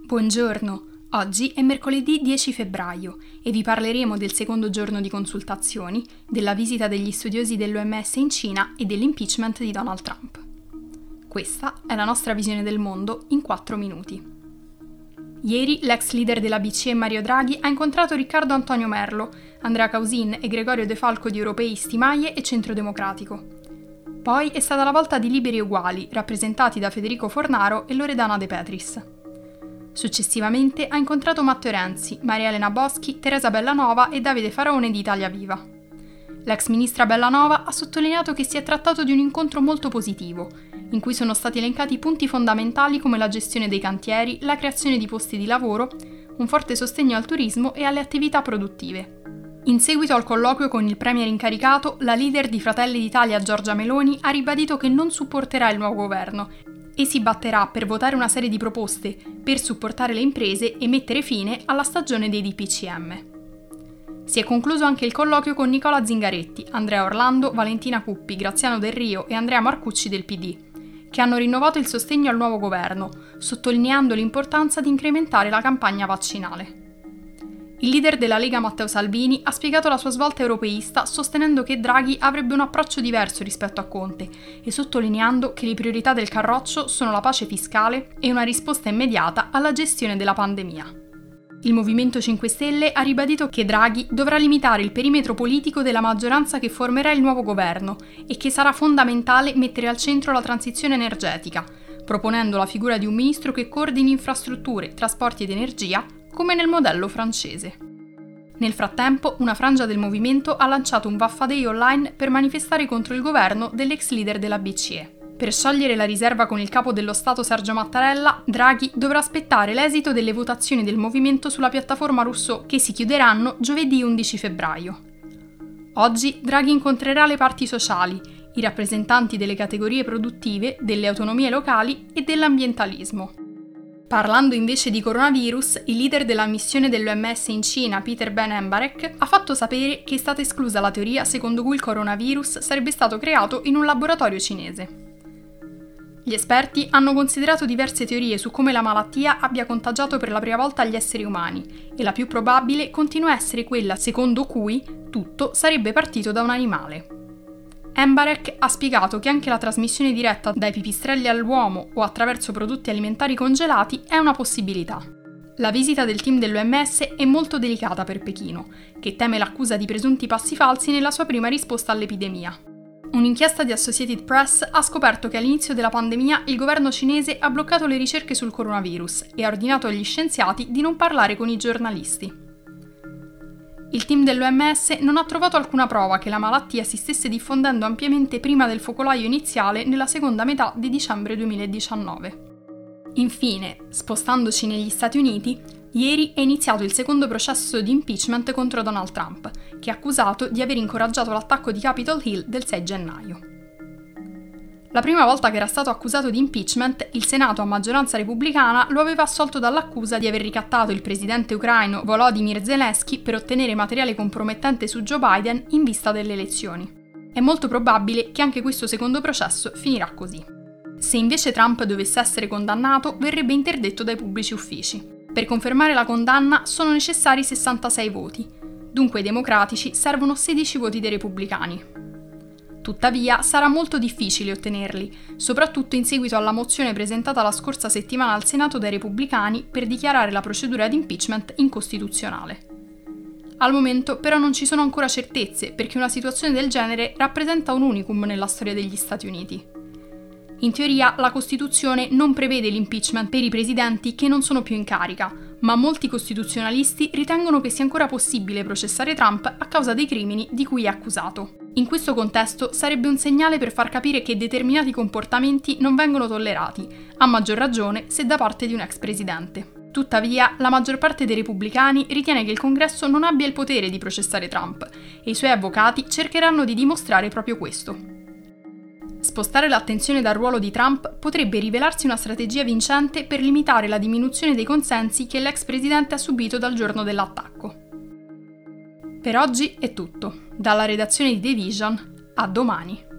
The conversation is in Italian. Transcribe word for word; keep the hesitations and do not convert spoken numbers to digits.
Buongiorno, oggi è mercoledì dieci febbraio e vi parleremo del secondo giorno di consultazioni, della visita degli studiosi dell'O M S in Cina e dell'impeachment di Donald Trump. Questa è la nostra visione del mondo in quattro minuti. Ieri l'ex leader della B C E Mario Draghi ha incontrato Riccardo Antonio Merlo, Andrea Causin e Gregorio De Falco di Europeisti, Maie e Centro Democratico. Poi è stata la volta di Liberi e Uguali, rappresentati da Federico Fornaro e Loredana De Petris. Successivamente ha incontrato Matteo Renzi, Maria Elena Boschi, Teresa Bellanova e Davide Faraone di Italia Viva. L'ex ministra Bellanova ha sottolineato che si è trattato di un incontro molto positivo, in cui sono stati elencati punti fondamentali come la gestione dei cantieri, la creazione di posti di lavoro, un forte sostegno al turismo e alle attività produttive. In seguito al colloquio con il premier incaricato, la leader di Fratelli d'Italia Giorgia Meloni ha ribadito che non supporterà il nuovo governo e si batterà per votare una serie di proposte per supportare le imprese e mettere fine alla stagione dei D P C M. Si è concluso anche il colloquio con Nicola Zingaretti, Andrea Orlando, Valentina Cuppi, Graziano Del Rio e Andrea Marcucci del P D, che hanno rinnovato il sostegno al nuovo governo, sottolineando l'importanza di incrementare la campagna vaccinale. Il leader della Lega Matteo Salvini ha spiegato la sua svolta europeista sostenendo che Draghi avrebbe un approccio diverso rispetto a Conte e sottolineando che le priorità del Carroccio sono la pace fiscale e una risposta immediata alla gestione della pandemia. Il Movimento cinque Stelle ha ribadito che Draghi dovrà limitare il perimetro politico della maggioranza che formerà il nuovo governo e che sarà fondamentale mettere al centro la transizione energetica, proponendo la figura di un ministro che coordini infrastrutture, trasporti ed energia, come nel modello francese. Nel frattempo, una frangia del movimento ha lanciato un Vaffa Day online per manifestare contro il governo dell'ex leader della B C E. Per sciogliere la riserva con il capo dello Stato Sergio Mattarella, Draghi dovrà aspettare l'esito delle votazioni del movimento sulla piattaforma Rousseau, che si chiuderanno giovedì undici febbraio. Oggi Draghi incontrerà le parti sociali, i rappresentanti delle categorie produttive, delle autonomie locali e dell'ambientalismo. Parlando invece di coronavirus, il leader della missione dell'O M S in Cina, Peter Ben Embarek, ha fatto sapere che è stata esclusa la teoria secondo cui il coronavirus sarebbe stato creato in un laboratorio cinese. Gli esperti hanno considerato diverse teorie su come la malattia abbia contagiato per la prima volta gli esseri umani e la più probabile continua a essere quella secondo cui tutto sarebbe partito da un animale. Embarek ha spiegato che anche la trasmissione diretta dai pipistrelli all'uomo o attraverso prodotti alimentari congelati è una possibilità. La visita del team dell'O M S è molto delicata per Pechino, che teme l'accusa di presunti passi falsi nella sua prima risposta all'epidemia. Un'inchiesta di Associated Press ha scoperto che all'inizio della pandemia il governo cinese ha bloccato le ricerche sul coronavirus e ha ordinato agli scienziati di non parlare con i giornalisti. Il team dell'O M S non ha trovato alcuna prova che la malattia si stesse diffondendo ampiamente prima del focolaio iniziale nella seconda metà di dicembre duemiladiciannove. Infine, spostandoci negli Stati Uniti, ieri è iniziato il secondo processo di impeachment contro Donald Trump, che è accusato di aver incoraggiato l'attacco di Capitol Hill del sei gennaio. La prima volta che era stato accusato di impeachment, il Senato a maggioranza repubblicana lo aveva assolto dall'accusa di aver ricattato il presidente ucraino Volodymyr Zelensky per ottenere materiale compromettente su Joe Biden in vista delle elezioni. È molto probabile che anche questo secondo processo finirà così. Se invece Trump dovesse essere condannato, verrebbe interdetto dai pubblici uffici. Per confermare la condanna sono necessari sessantasei voti, dunque ai democratici servono sedici voti dei repubblicani. Tuttavia, sarà molto difficile ottenerli, soprattutto in seguito alla mozione presentata la scorsa settimana al Senato dai repubblicani per dichiarare la procedura di impeachment incostituzionale. Al momento, però, non ci sono ancora certezze, perché una situazione del genere rappresenta un unicum nella storia degli Stati Uniti. In teoria, la Costituzione non prevede l'impeachment per i presidenti che non sono più in carica, ma molti costituzionalisti ritengono che sia ancora possibile processare Trump a causa dei crimini di cui è accusato. In questo contesto sarebbe un segnale per far capire che determinati comportamenti non vengono tollerati, a maggior ragione se da parte di un ex presidente. Tuttavia, la maggior parte dei repubblicani ritiene che il Congresso non abbia il potere di processare Trump e i suoi avvocati cercheranno di dimostrare proprio questo. Spostare l'attenzione dal ruolo di Trump potrebbe rivelarsi una strategia vincente per limitare la diminuzione dei consensi che l'ex presidente ha subito dal giorno dell'attacco. Per oggi è tutto. Dalla redazione di The Vision, a domani.